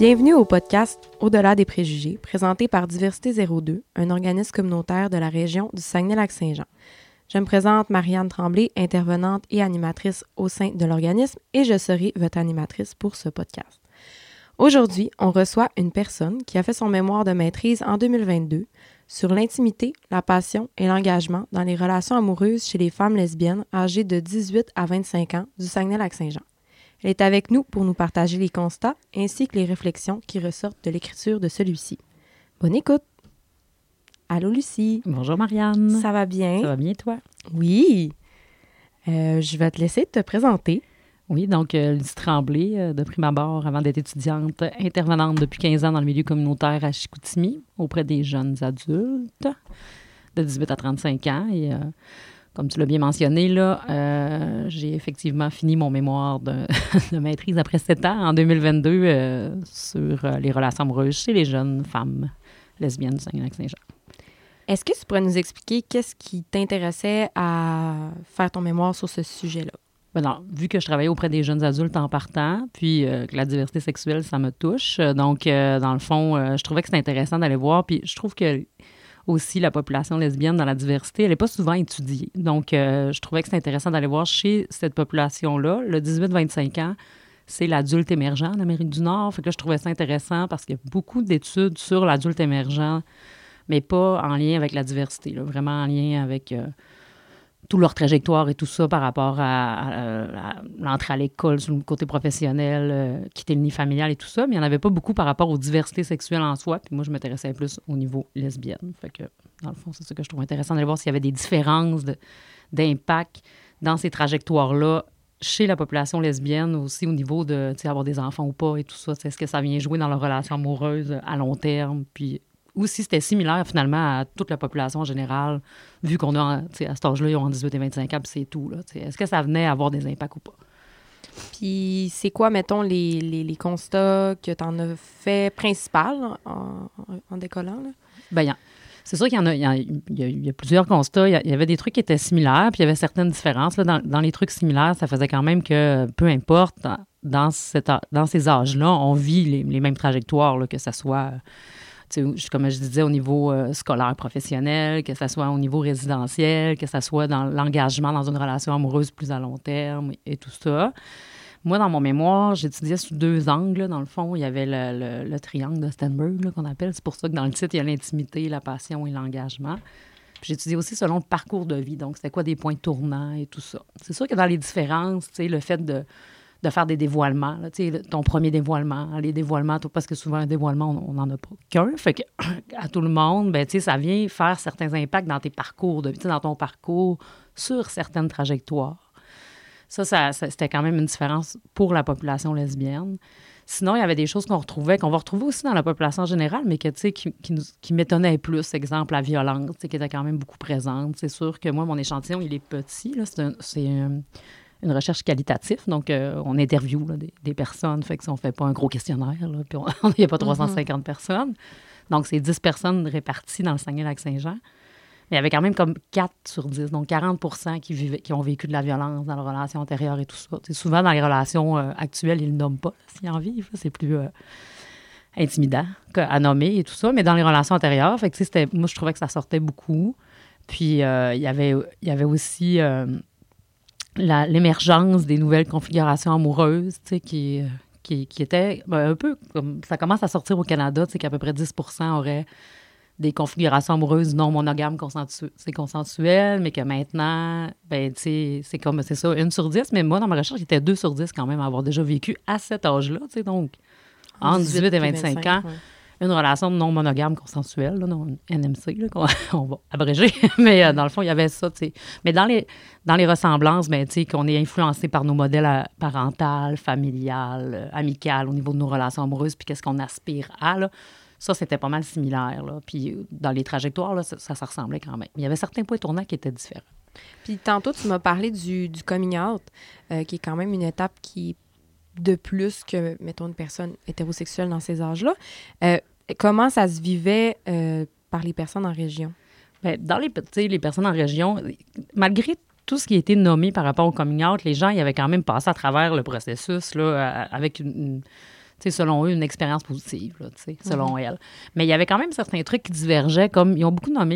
Bienvenue au podcast Au-delà des préjugés, présenté par Diversité 02, un organisme communautaire de la région du Saguenay-Lac-Saint-Jean. Je me présente Marianne Tremblay, intervenante et animatrice au sein de l'organisme, et je serai votre animatrice pour ce podcast. Aujourd'hui, on reçoit une personne qui a fait son mémoire de maîtrise en 2022 sur l'intimité, la passion et l'engagement dans les relations amoureuses chez les femmes lesbiennes âgées de 18 à 25 ans du Saguenay-Lac-Saint-Jean. Elle est avec nous pour nous partager les constats ainsi que les réflexions qui ressortent de l'écriture de celui-ci. Bonne écoute! Allô, Lucie! Bonjour, Marianne! Ça va bien? Ça va bien, toi? Oui! Je vais te laisser te présenter. Oui, donc Lucie Tremblay, de prime abord, avant d'être étudiante, intervenante depuis 15 ans dans le milieu communautaire à Chicoutimi, auprès des jeunes adultes de 18 à 35 ans. Et comme tu l'as bien mentionné, là, j'ai effectivement fini mon mémoire de maîtrise après 7 ans, en 2022, sur les relations amoureuses chez les jeunes femmes lesbiennes du Saguenay-Lac-Saint-Jean. Est-ce que tu pourrais nous expliquer qu'est-ce qui t'intéressait à faire ton mémoire sur ce sujet-là? Ben non, vu que je travaillais auprès des jeunes adultes en partant, puis que la diversité sexuelle, ça me touche. Donc, dans le fond, je trouvais que c'était intéressant d'aller voir. Puis je trouve que aussi la population lesbienne dans la diversité, elle n'est pas souvent étudiée. Donc, je trouvais que c'était intéressant d'aller voir chez cette population-là. Le 18-25 ans, c'est l'adulte émergent en Amérique du Nord. Fait que là, je trouvais ça intéressant parce qu'il y a beaucoup d'études sur l'adulte émergent, mais pas en lien avec la diversité, là, vraiment en lien avec toute leur trajectoire et tout ça par rapport à l'entrée à l'école sur le côté professionnel, quitter le nid familial et tout ça, mais il n'y en avait pas beaucoup par rapport aux diversités sexuelles en soi. Puis moi, je m'intéressais plus au niveau lesbienne. Fait que, dans le fond, c'est ça que je trouve intéressant d'aller voir s'il y avait des différences d'impact dans ces trajectoires-là chez la population lesbienne, aussi au niveau de avoir des enfants ou pas et tout ça. Est-ce que ça vient jouer dans leur relation amoureuse à long terme? Puis ou si c'était similaire, finalement, à toute la population en général, vu qu'on a, à cet âge-là, ils ont 18 et 25 ans, puis c'est tout. Là, est-ce que ça venait avoir des impacts ou pas? Puis c'est quoi, mettons, les constats que tu en as fait principal en décollant? Là? Bien, c'est sûr qu'il y a plusieurs constats. Il y avait des trucs qui étaient similaires, puis il y avait certaines différences. Là, dans les trucs similaires, ça faisait quand même que, peu importe, dans ces âges-là, on vit les mêmes trajectoires, là, que ce soit... comme je disais, au niveau scolaire professionnel, que ce soit au niveau résidentiel, que ce soit dans l'engagement dans une relation amoureuse plus à long terme et tout ça. Moi, dans mon mémoire, j'étudiais sous 2 angles. Dans le fond, il y avait le triangle de Stenberg, là, qu'on appelle. C'est pour ça que dans le titre, il y a l'intimité, la passion et l'engagement. Puis j'étudiais aussi selon le parcours de vie. Donc, c'était quoi des points tournants et tout ça. C'est sûr que dans les différences, le fait de faire des dévoilements, là, ton premier dévoilement, les dévoilements, parce que souvent, un dévoilement, on n'en a pas qu'un. Fait que, à tout le monde, ben, ça vient faire certains impacts dans tes parcours, dans ton parcours, sur certaines trajectoires. Ça, c'était quand même une différence pour la population lesbienne. Sinon, il y avait des choses qu'on va retrouver aussi dans la population générale, mais que, qui m'étonnaient plus. Exemple, la violence, qui était quand même beaucoup présente. C'est sûr que moi, mon échantillon, il est petit. Là, c'est une recherche qualitative. Donc, on interviewe là, des personnes. Fait que on ne fait pas un gros questionnaire. Puis il n'y a pas 350 personnes. Donc, c'est 10 personnes réparties dans le Saguenay-Lac-Saint-Jean. Mais il y avait quand même comme 4 sur 10. Donc, 40 qui ont vécu de la violence dans leurs relations antérieures et tout ça. Souvent, dans les relations actuelles, ils ne le nomment pas s'ils en vivent. C'est plus intimidant à nommer et tout ça. Mais dans les relations antérieures, fait que, moi, je trouvais que ça sortait beaucoup. Puis, il y avait aussi... l'émergence des nouvelles configurations amoureuses, qui étaient un peu comme... Ça commence à sortir au Canada, qu'à peu près 10 auraient des configurations amoureuses non monogames consensuelles, mais que maintenant, ben, c'est ça, 1 sur 10. Mais moi, dans ma recherche, j'étais 2 sur 10 quand même à avoir déjà vécu à cet âge-là, donc entre 18 et 25 ans. Ouais. Une relation non monogame consensuelle, là, non, NMC, là, on va abréger. Mais dans le fond, il y avait ça, tu sais. Mais dans les ressemblances, ben, tu sais, qu'on est influencé par nos modèles parentaux, familiales, amicales, au niveau de nos relations amoureuses, puis qu'est-ce qu'on aspire à, là. Ça, c'était pas mal similaire, là. Puis dans les trajectoires, là, ça ressemblait quand même. Il y avait certains points tournants qui étaient différents. Puis tantôt, tu m'as parlé du coming out, qui est quand même une étape qui de plus que, mettons, une personne hétérosexuelle dans ces âges-là. Comment ça se vivait par les personnes en région? Bien, dans les personnes en région, malgré tout ce qui a été nommé par rapport au coming out, les gens, ils avaient quand même passé à travers le processus là, avec selon eux, une expérience positive, là, selon elles. Mais il y avait quand même certains trucs qui divergeaient, comme ils ont beaucoup nommé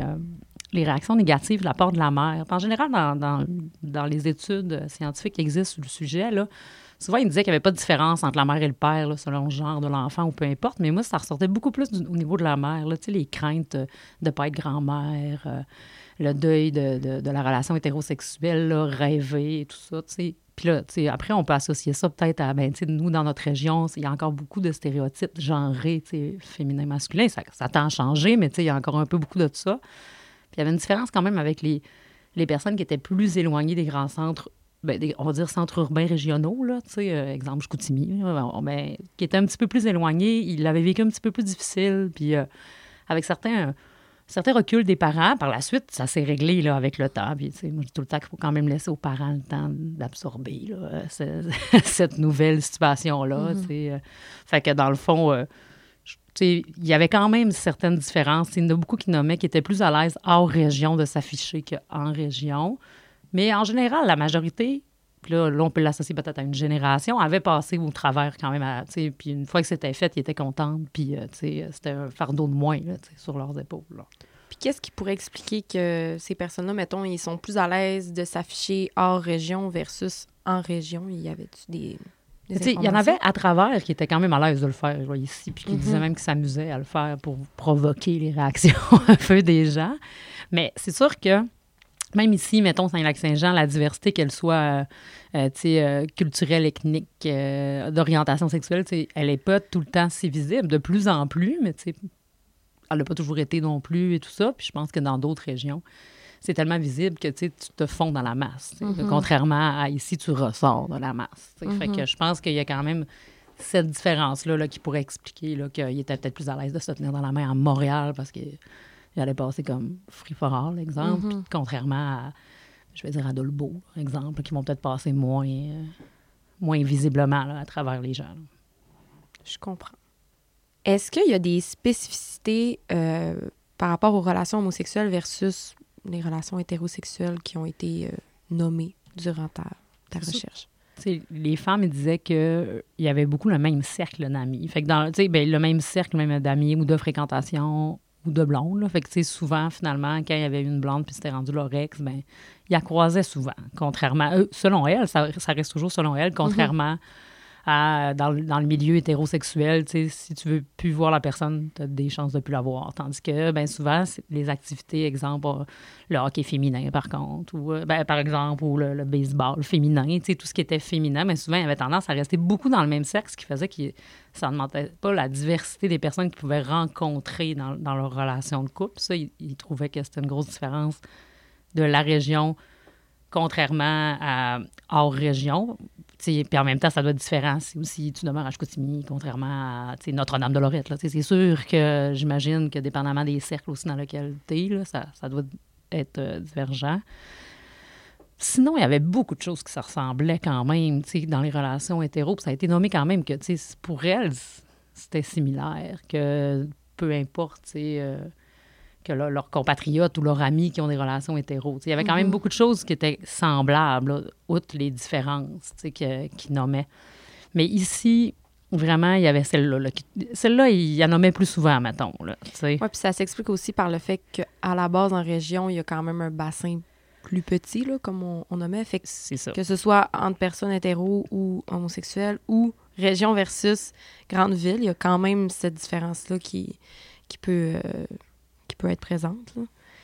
les réactions négatives de la part de la mère. En général, dans les études scientifiques qui existent sur le sujet, là, souvent, ils disaient qu'il n'y avait pas de différence entre la mère et le père, là, selon le genre de l'enfant ou peu importe. Mais moi, ça ressortait beaucoup plus au niveau de la mère. Là, les craintes de ne pas être grand-mère, le deuil de la relation hétérosexuelle, là, rêver et tout ça. T'sais. Puis là, après, on peut associer ça peut-être à, nous, dans notre région, il y a encore beaucoup de stéréotypes genrés, féminin, masculin. Ça tend à changer, mais il y a encore un peu beaucoup de ça. Puis il y avait une différence quand même avec les personnes qui étaient plus éloignées des grands centres, on va dire centres urbains régionaux, là, exemple Chicoutimi, qui étaient un petit peu plus éloignés. Ils l'avaient vécu un petit peu plus difficile, puis avec certains reculs des parents. Par la suite, ça s'est réglé là, avec le temps. Puis, moi, je dis tout le temps qu'il faut quand même laisser aux parents le temps d'absorber là, cette nouvelle situation-là. Fait que dans le fond, il y avait quand même certaines différences. Il y en a beaucoup qui nommaient qui étaient plus à l'aise hors région de s'afficher qu'en région. Mais en général, la majorité, puis là, on peut l'associer peut-être à une génération, avait passé au travers quand même. Puis une fois que c'était fait, ils étaient contents. Puis c'était un fardeau de moins là, sur leurs épaules. Là. Puis qu'est-ce qui pourrait expliquer que ces personnes-là, mettons, ils sont plus à l'aise de s'afficher hors région versus en région? Il y avait-tu des il y en avait à travers qui étaient quand même à l'aise de le faire là, ici, puis qui disaient même qu'ils s'amusaient à le faire pour provoquer les réactions un peu des gens. Mais c'est sûr que même ici, mettons, Saint-Lac-Saint-Jean, la diversité, qu'elle soit culturelle, ethnique, d'orientation sexuelle, elle n'est pas tout le temps si visible, de plus en plus, mais elle n'a pas toujours été non plus et tout ça. Puis je pense que dans d'autres régions, c'est tellement visible que tu te fonds dans la masse. Contrairement à ici, tu ressors de la masse. Fait que je pense qu'il y a quand même cette différence-là là, qui pourrait expliquer là, qu'il était peut-être plus à l'aise de se tenir dans la main à Montréal parce que il allait passer comme free for all, exemple, contrairement à, je vais dire, à Dolbeau, exemple, qui vont peut-être passer moins visiblement là, à travers les gens. Là. Je comprends. Est-ce qu'il y a des spécificités par rapport aux relations homosexuelles versus les relations hétérosexuelles qui ont été nommées durant ta recherche? Les femmes disaient qu'il y avait beaucoup le même cercle d'amis. Fait que le même cercle même d'amis ou de fréquentation ou de blondes. Là. Fait que, souvent, finalement, quand il y avait une blonde puis c'était rendu leur ex, il la croisait souvent. Contrairement... selon elle, ça reste toujours selon elle, contrairement à dans le milieu hétérosexuel, si tu veux plus voir la personne, tu as des chances de plus la voir. Tandis que, souvent, les activités, exemple, le hockey féminin, par contre, ou, par exemple, ou le baseball féminin, tout ce qui était féminin, mais souvent, il y avait tendance à rester beaucoup dans le même sexe, ce qui faisait que ça ne demandait pas la diversité des personnes qu'ils pouvaient rencontrer dans leur relation de couple. Ça, ils trouvaient que c'était une grosse différence de la région, contrairement à hors région. Puis en même temps, ça doit être différent si tu demeures à Chicoutimi, contrairement à Notre-Dame-de-Lorette. Là. C'est sûr que j'imagine que dépendamment des cercles aussi dans lesquels tu es, ça doit être divergent. Sinon, il y avait beaucoup de choses qui se ressemblaient quand même dans les relations hétéros. Puis ça a été nommé quand même que pour elles, c'était similaire, que peu importe que leurs compatriotes ou leurs amis qui ont des relations hétéros. Il y avait quand même beaucoup de choses qui étaient semblables, là, outre les différences qu'ils nommaient. Mais ici, vraiment, il y avait celle-là. Celle-là, il y en nommait plus souvent, mettons. Oui, puis ça s'explique aussi par le fait qu'à la base, en région, il y a quand même un bassin plus petit, là, comme on nommait. Fait c'est ça. Que ce soit entre personnes hétéros ou homosexuelles ou région versus grande ville, il y a quand même cette différence-là qui peut être présente.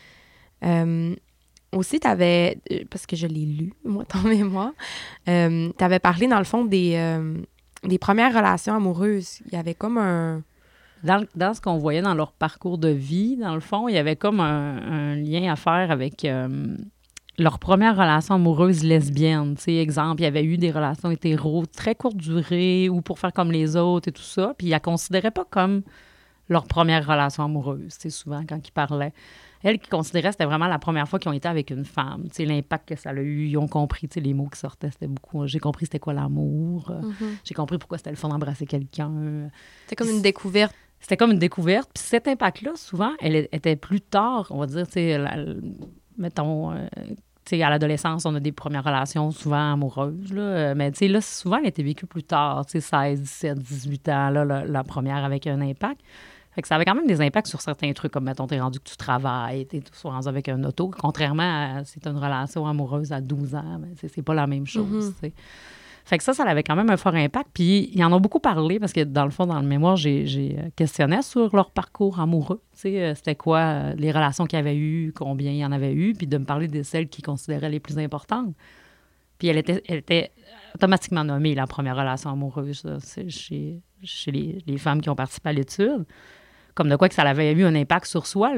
Aussi, tu avais, parce que je l'ai lu, moi, ton mémoire, tu avais parlé, dans le fond, des premières relations amoureuses. Il y avait comme un... Dans ce qu'on voyait dans leur parcours de vie, dans le fond, il y avait comme un lien à faire avec leur première relation amoureuse lesbienne. Exemple, il y avait eu des relations hétéros très courte durée ou pour faire comme les autres et tout ça. Puis ils la considéraient pas comme leur première relation amoureuse, souvent, quand ils parlaient. Elles qui considéraient que c'était vraiment la première fois qu'ils ont été avec une femme. L'impact que ça a eu, ils ont compris, les mots qui sortaient, c'était beaucoup. J'ai compris c'était quoi l'amour. J'ai compris pourquoi c'était le fun d'embrasser quelqu'un. C'était comme une découverte. C'était comme une découverte. Puis cet impact-là, souvent, elle était plus tard, on va dire, mettons, sais, à l'adolescence, on a des premières relations souvent amoureuses, là. Mais tu sais, là, souvent, elle a été vécue plus tard, tu sais, 16, 17, 18 ans, là, la première avec un impact. Fait que ça avait quand même des impacts sur certains trucs, comme, mettons, t'es rendu que tu travailles, t'es rendu avec un auto, contrairement à si t'as une relation amoureuse à 12 ans, ben, c'est pas la même chose, tu sais. Fait que ça avait quand même un fort impact. Puis, ils en ont beaucoup parlé parce que, dans le fond, dans le mémoire, j'ai questionné sur leur parcours amoureux. Tu sais, c'était quoi les relations qu'ils avaient eues, combien il y en avait eu, puis de me parler de celles qu'ils considéraient les plus importantes. Puis, elle était automatiquement nommée la première relation amoureuse là, chez les femmes qui ont participé à l'étude. Comme de quoi que ça avait eu un impact sur soit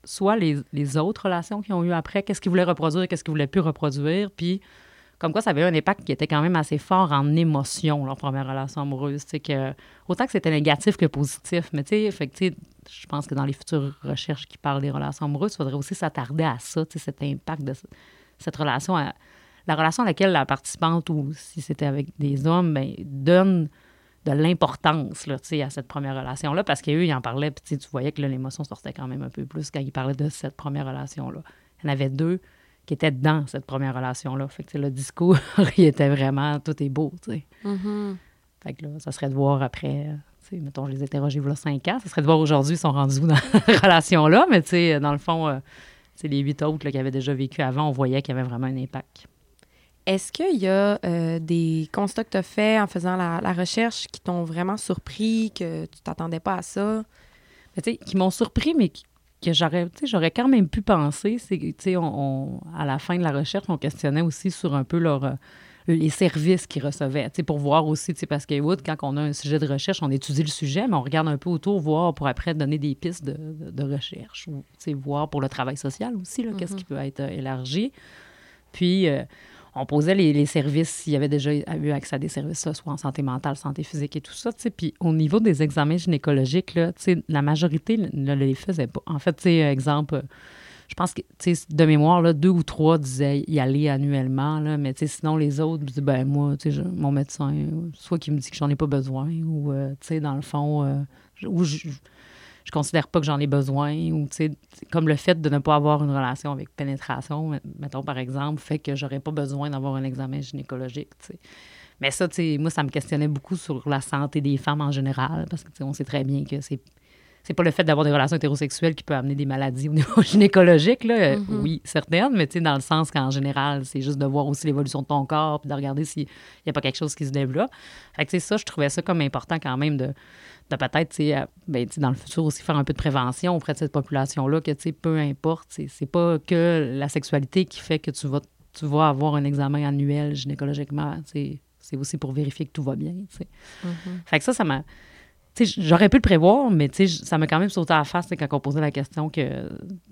les autres relations qu'ils ont eues après, qu'est-ce qu'ils voulaient reproduire, qu'est-ce qu'ils voulaient plus reproduire, puis comme quoi ça avait eu un impact qui était quand même assez fort en émotion, leur première relation amoureuse. Autant que c'était négatif que positif. Mais je pense que dans les futures recherches qui parlent des relations amoureuses, il faudrait aussi s'attarder à ça, cet impact de cette relation, la relation à laquelle la participante, ou si c'était avec des hommes, ben, donne de l'importance là, à cette première relation-là, parce qu'eux, ils en parlaient, puis tu voyais que là, l'émotion sortait quand même un peu plus quand ils parlaient de cette première relation-là. Il y en avait deux qui étaient dans cette première relation-là. Fait que le discours, il était vraiment, tout est beau, tu sais. Fait que là, ça serait de voir après, tu sais, mettons, je les interrogeais il y a 5 ans, ça serait de voir aujourd'hui, ils sont rendus où dans cette relation-là, mais tu sais, dans le fond, les 8 autres là, qui avaient déjà vécu avant, on voyait qu'il y avait vraiment un impact. Est-ce qu'il y a des constats que tu as faits en faisant la recherche qui t'ont vraiment surpris, que tu t'attendais pas à ça? Tu sais, qui m'ont surpris, mais que j'aurais quand même pu penser, c'est que, tu sais, à la fin de la recherche, on questionnait aussi sur un peu les services qu'ils recevaient, tu sais, pour voir aussi, tu sais, parce que quand on a un sujet de recherche, on étudie le sujet, mais on regarde un peu autour, voir pour après donner des pistes de recherche, ou, tu sais, voir pour le travail social aussi, là, qu'est-ce qui peut être élargi. Puis, on posait les services, s'il y avait déjà eu accès à des services, là, soit en santé mentale, santé physique et tout ça, tu sais. Puis au niveau des examens gynécologiques, là, tu sais, la majorité ne les faisait pas. En fait, tu sais, exemple, je pense que, tu sais, de mémoire, là, 2 ou 3 disaient y aller annuellement, là, mais tu sais, sinon, les autres disaient, ben moi, tu sais, mon médecin, soit qui me dit que j'en ai pas besoin, ou, tu sais, dans le fond, ou je considère pas que j'en ai besoin, ou, tu sais, comme le fait de ne pas avoir une relation avec pénétration, mettons, par exemple, fait que j'aurais pas besoin d'avoir un examen gynécologique, tu sais. Mais ça, tu sais, moi, ça me questionnait beaucoup sur la santé des femmes en général, parce que, tu sais, on sait très bien que c'est pas le fait d'avoir des relations hétérosexuelles qui peut amener des maladies au niveau gynécologique, là. Oui, certaines, mais tu sais, dans le sens qu'en général, c'est juste de voir aussi l'évolution de ton corps, puis de regarder s'il n'y a pas quelque chose qui se développe. Fait que, tu sais, ça, je trouvais ça comme important quand même de peut-être, tu sais, dans le futur aussi faire un peu de prévention auprès de cette population-là, que, tu sais, peu importe, c'est pas que la sexualité qui fait que tu vas avoir un examen annuel gynécologiquement, tu sais, c'est aussi pour vérifier que tout va bien, tu sais. Fait que ça m'a... Tu sais, j'aurais pu le prévoir, mais tu sais, ça m'a quand même sauté à la face quand on posait la question que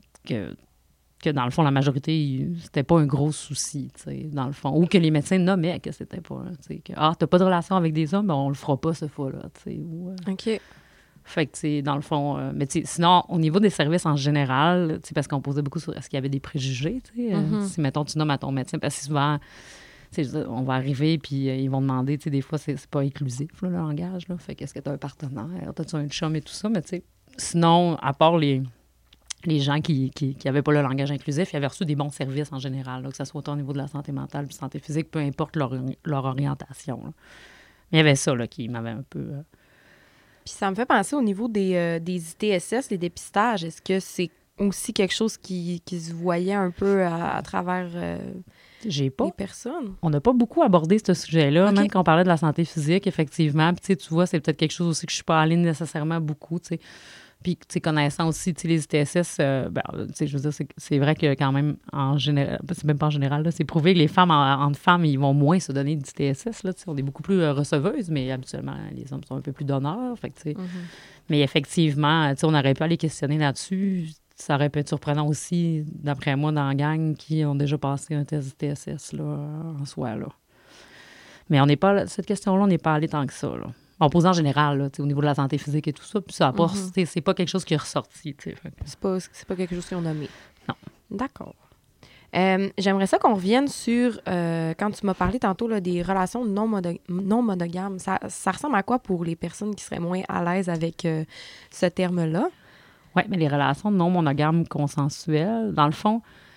dans le fond, la majorité, c'était pas un gros souci, tu sais, dans le fond. Ou que les médecins nommaient que c'était pas, tu sais, que, t'as pas de relation avec des hommes, ben on le fera pas cette fois-là, tu sais. OK. Fait que, tu sais, dans le fond... mais tu sais, sinon, au niveau des services en général, tu sais, parce qu'on posait beaucoup sur est-ce qu'il y avait des préjugés, tu sais. Si, mettons, tu nommes à ton médecin, parce que souvent... on va arriver, puis ils vont demander, tu sais, des fois, c'est pas inclusif, là, le langage, là. Fait qu'est-ce que tu as un partenaire, t'as-tu un chum et tout ça, mais tu sais, sinon, à part les gens qui n'avaient pas le langage inclusif, ils avaient reçu des bons services en général, là, que ce soit autant au niveau de la santé mentale puis santé physique, peu importe leur orientation, là. Mais il y avait ça, là, qui m'avait un peu... Puis ça me fait penser au niveau des ITSS, les dépistages. Est-ce que c'est aussi quelque chose qui se voyait un peu à travers... J'ai pas. Les personnes. On n'a pas beaucoup abordé ce sujet-là, Okay. même quand on parlait de la santé physique, effectivement. Puis, tu vois, c'est peut-être quelque chose aussi que je suis pas allée nécessairement beaucoup, tu sais. Puis, tu sais, connaissant aussi, tu sais, les ITSS, tu sais, je veux dire, c'est vrai que quand même, en général, c'est même pas en général, là, c'est prouvé que les femmes, entre femmes, ils vont moins se donner d'ITSS, là, tu sais. On est beaucoup plus receveuses, mais habituellement, les hommes sont un peu plus donneurs, fait que, tu sais. Mais effectivement, tu sais, on aurait pu aller questionner là-dessus. Ça aurait pu être surprenant aussi, d'après moi, dans la gang qui ont déjà passé un test ITSS, là, en soi, là. Mais on n'est pas... Cette question-là, on n'est pas allé tant que ça, là. On pose en général, là, au niveau de la santé physique et tout ça, puis ça apporte, c'est pas quelque chose qui est ressorti, tu sais. C'est pas quelque chose qu'ils ont nommé. Non. D'accord. J'aimerais ça qu'on revienne sur, quand tu m'as parlé tantôt là, des relations non monogames. Ça ressemble à quoi pour les personnes qui seraient moins à l'aise avec ce terme-là? Oui, mais les relations non monogames consensuelles, dans le fond,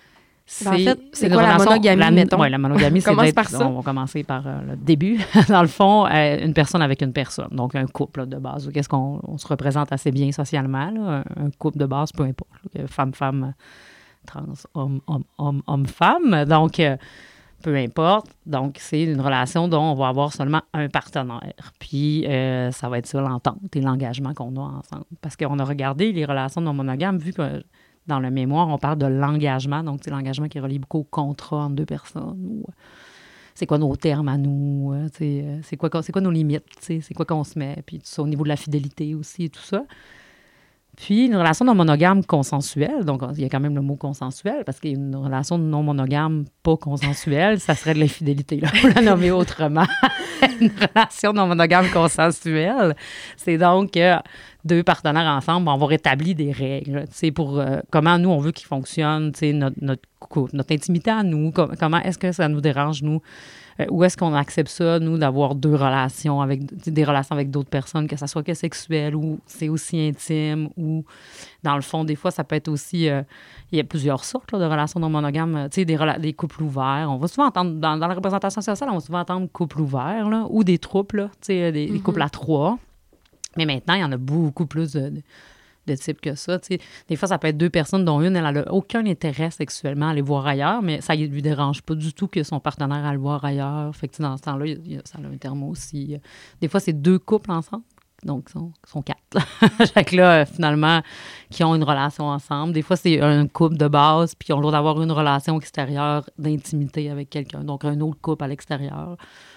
En fait, c'est quoi la monogamie, mettons? Oui, la monogamie, c'est Commence par ça. On va commencer par le début. Dans le fond, une personne avec une personne, donc un couple là, de base. Qu'est-ce qu'on se représente assez bien socialement, là, un couple de base, peu importe, là, femme, trans, homme, femme. Donc, peu importe. Donc, c'est une relation dont on va avoir seulement un partenaire. Puis, ça va être ça, l'entente et l'engagement qu'on a ensemble. Parce qu'on a regardé les relations non monogames, vu que dans le mémoire, on parle de l'engagement. Donc, c'est l'engagement qui relie beaucoup au contrat entre deux personnes. Ou, c'est quoi nos termes à nous? C'est quoi nos limites? C'est quoi qu'on se met? Puis, tout ça, au niveau de la fidélité aussi et tout ça. Puis, une relation non monogame consensuelle, donc il y a quand même le mot consensuel, parce qu'une relation non monogame pas consensuelle, ça serait de l'infidélité, là, pour la nommer autrement. Une relation non monogame consensuelle, c'est donc deux partenaires ensemble vont avoir établi des règles, pour comment nous, on veut qu'ils fonctionnent, notre intimité à nous, comment est-ce que ça nous dérange, nous, où est-ce qu'on accepte ça, nous, d'avoir des relations avec d'autres personnes, que ça soit que sexuel ou c'est aussi intime, ou dans le fond, des fois, ça peut être aussi... il y a plusieurs sortes là, de relations non monogames, des couples ouverts. On va souvent entendre, dans la représentation sociale, on va souvent entendre couples ouverts, là, ou des troupes, là, des couples à trois. Mais maintenant, il y en a beaucoup plus de types que ça. T'sais. Des fois, ça peut être deux personnes dont une, elle n'a aucun intérêt sexuellement à aller voir ailleurs, mais ça ne lui dérange pas du tout que son partenaire aille voir ailleurs. Fait que dans ce temps-là, ça a un terme aussi. Des fois, c'est deux couples ensemble, donc ils sont quatre. Fait que là, finalement, qui ont une relation ensemble. Des fois, c'est un couple de base, puis ils ont le droit d'avoir une relation extérieure d'intimité avec quelqu'un, donc un autre couple à l'extérieur.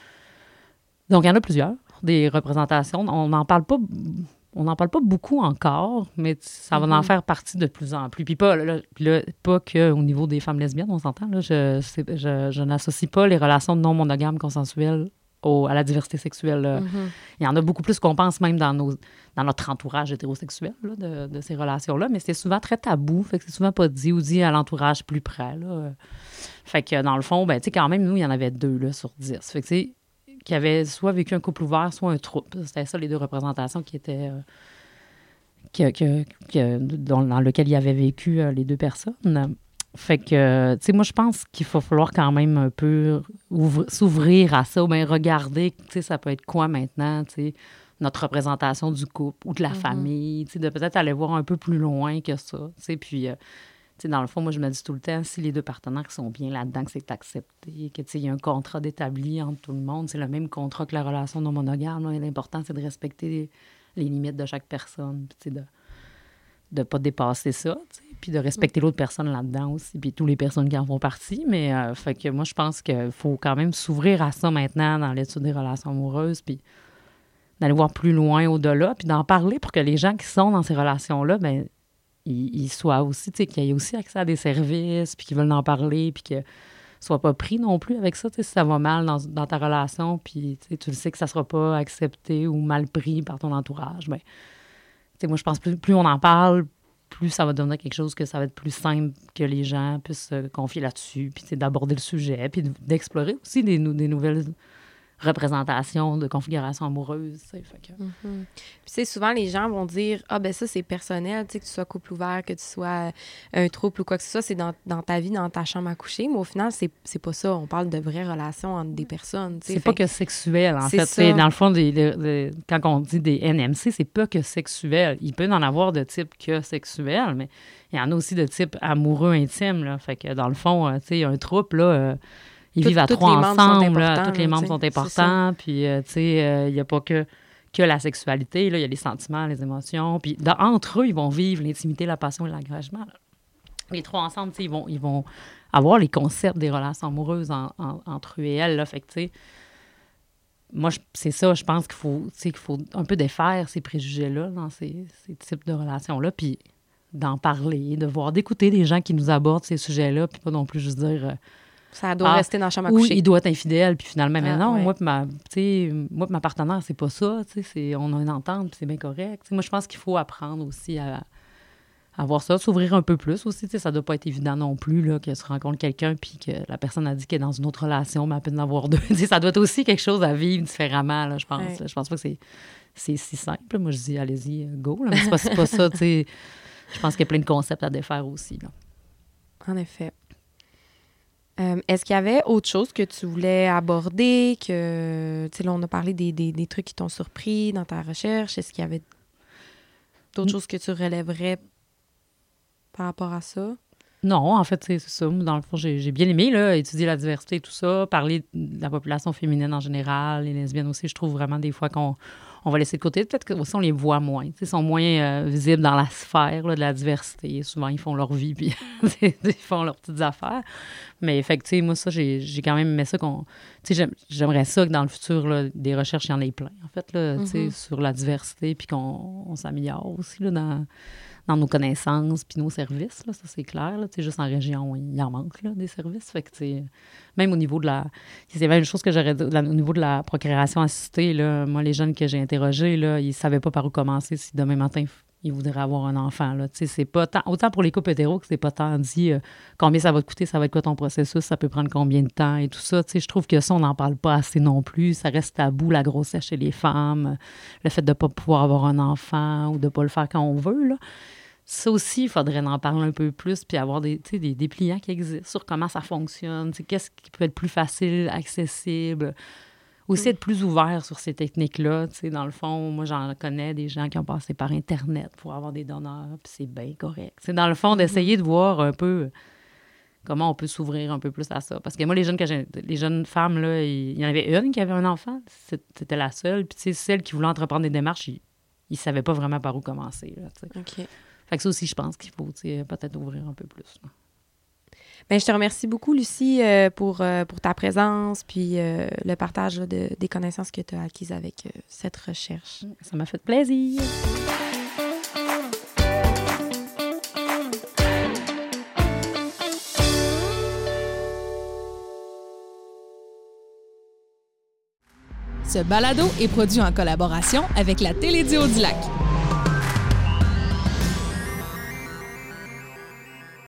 Donc, il y en a plusieurs, des représentations. On n'en parle pas beaucoup encore, mais ça va en faire partie de plus en plus. Puis pas qu'au niveau des femmes lesbiennes, on s'entend. Là, je n'associe pas les relations non monogames consensuelles à la diversité sexuelle. Il y en a beaucoup plus qu'on pense, même dans notre entourage hétérosexuel là, de ces relations-là, mais c'est souvent très tabou. Fait que c'est souvent pas dit à l'entourage plus près. Là. Fait que dans le fond, ben, quand même, nous, il y en avait 2 là, sur 10. Fait que qui avaient soit vécu un couple ouvert, soit un trouble. C'était ça, les 2 représentations qui étaient... dans lequel il avait vécu les 2 personnes. Fait que, tu sais, moi, je pense qu'il va falloir quand même un peu s'ouvrir à ça, ou bien regarder, tu sais, ça peut être quoi maintenant, tu sais, notre représentation du couple ou de la famille, tu sais, de peut-être aller voir un peu plus loin que ça, tu sais, puis... Tu sais, dans le fond, moi, je me dis tout le temps, si les 2 partenaires sont bien là-dedans, que c'est accepté, que, tu sais, il y a un contrat d'établi entre tout le monde, c'est le même contrat que la relation non monogame. Là, et l'important, c'est de respecter les limites de chaque personne, puis, tu sais, de pas dépasser ça, tu sais, puis de respecter l'autre personne là-dedans aussi, puis toutes les personnes qui en font partie. Mais, fait que moi, je pense qu'il faut quand même s'ouvrir à ça maintenant dans l'étude des relations amoureuses, puis d'aller voir plus loin au-delà, puis d'en parler pour que les gens qui sont dans ces relations-là, bien, ils soient aussi, tu sais, qu'ils aient aussi accès à des services, puis qu'ils veulent en parler, puis qu'ils ne soient pas pris non plus avec ça, tu sais, si ça va mal dans ta relation, puis tu le sais que ça ne sera pas accepté ou mal pris par ton entourage, bien, tu sais, moi, je pense plus on en parle, plus ça va devenir quelque chose que ça va être plus simple que les gens puissent se confier là-dessus, puis, tu sais, d'aborder le sujet, puis d'explorer aussi des nouvelles représentation de configuration amoureuse. Fait que... Puis souvent, les gens vont dire « Ah, ben ça, c'est personnel, tu sais, que tu sois couple ouvert, que tu sois un trouble ou quoi que ce soit, c'est dans ta vie, dans ta chambre à coucher. » Mais au final, c'est pas ça. On parle de vraies relations entre des personnes. C'est pas que sexuel, en fait. Dans le fond, quand on dit des NMC, c'est pas que sexuel. Il peut en avoir de type que sexuel, mais il y en a aussi de type amoureux intime. Là. Fait que dans le fond, tu sais, il y a un trouble, là... Ils vivent à 3 ensemble, tous les membres sont importants, puis, tu sais, il n'y a pas que la sexualité, là, il y a les sentiments, les émotions, puis entre eux, ils vont vivre l'intimité, la passion et l'engagement. Les 3 ensemble, tu sais, ils vont avoir les concepts des relations amoureuses entre eux et elles, là, fait que, tu sais, moi, c'est ça, je pense qu'il faut un peu défaire ces préjugés-là dans ces types de relations-là, puis d'en parler, d'écouter des gens qui nous abordent ces sujets-là, puis pas non plus juste dire... Ça doit rester dans la chambre à coucher. Ou il doit être infidèle, puis finalement, mais non, moi et ma partenaire, c'est pas ça, on a une entente, puis c'est bien correct. T'sais, moi, je pense qu'il faut apprendre aussi à voir ça, s'ouvrir un peu plus aussi. Ça doit pas être évident non plus là, que tu rencontres quelqu'un, puis que la personne a dit qu'elle est dans une autre relation, mais elle peut en avoir 2. Ça doit être aussi quelque chose à vivre différemment, là, je pense. Ouais. Je pense pas que c'est si simple. Moi, je dis, allez-y, go. Là, mais c'est pas ça, je pense qu'il y a plein de concepts à défaire aussi. Là. En effet. Est-ce qu'il y avait autre chose que tu voulais aborder, que, tu sais, là, on a parlé des trucs qui t'ont surpris dans ta recherche. Est-ce qu'il y avait d'autres choses que tu relèverais par rapport à ça? Non, en fait, c'est ça. Dans le fond, j'ai bien aimé là, étudier la diversité et tout ça, parler de la population féminine en général, les lesbiennes aussi. Je trouve vraiment des fois qu'on va laisser de côté. Peut-être que aussi on les voit moins. Ils sont moins visibles dans la sphère là, de la diversité. Souvent, ils font leur vie puis ils font leurs petites affaires. Mais fait que, moi, ça, j'ai quand même aimé ça. J'aimerais ça que dans le futur, là, des recherches, il y en ait plein, en fait, là, sur la diversité, puis qu'on s'améliore aussi là, dans nos connaissances puis nos services, là, ça c'est clair. Là, juste en région, il en manque là, des services. Fait que, même au niveau de la... C'est même une chose que j'aurais dit, au niveau de la procréation assistée, là, moi, les jeunes que j'ai interrogés, là, ils ne savaient pas par où commencer si demain matin, ils voudraient avoir un enfant. Là. C'est pas tant, autant pour les couples hétéros que c'est pas tant dit combien ça va te coûter, ça va être quoi ton processus, ça peut prendre combien de temps et tout ça. Je trouve que ça, on n'en parle pas assez non plus. Ça reste tabou, la grossesse chez les femmes, le fait de ne pas pouvoir avoir un enfant ou de ne pas le faire quand on veut, là. Ça aussi, il faudrait en parler un peu plus puis avoir des dépliants qui existent sur comment ça fonctionne, qu'est-ce qui peut être plus facile, accessible. Aussi être plus ouvert sur ces techniques-là. Dans le fond, moi, j'en connais des gens qui ont passé par Internet pour avoir des donneurs, puis c'est bien correct. C'est dans le fond d'essayer de voir un peu comment on peut s'ouvrir un peu plus à ça. Parce que moi, les jeunes femmes, là, il y en avait une qui avait un enfant, c'était la seule. Puis celle qui voulait entreprendre des démarches, ils ne savaient pas vraiment par où commencer. Là, OK. Fait que ça aussi, je pense qu'il faut peut-être ouvrir un peu plus. Là. Bien, je te remercie beaucoup, Lucie, pour ta présence puis le partage là, des connaissances que tu as acquises avec cette recherche. Ça m'a fait plaisir. Ce balado est produit en collaboration avec la Télédio du Lac.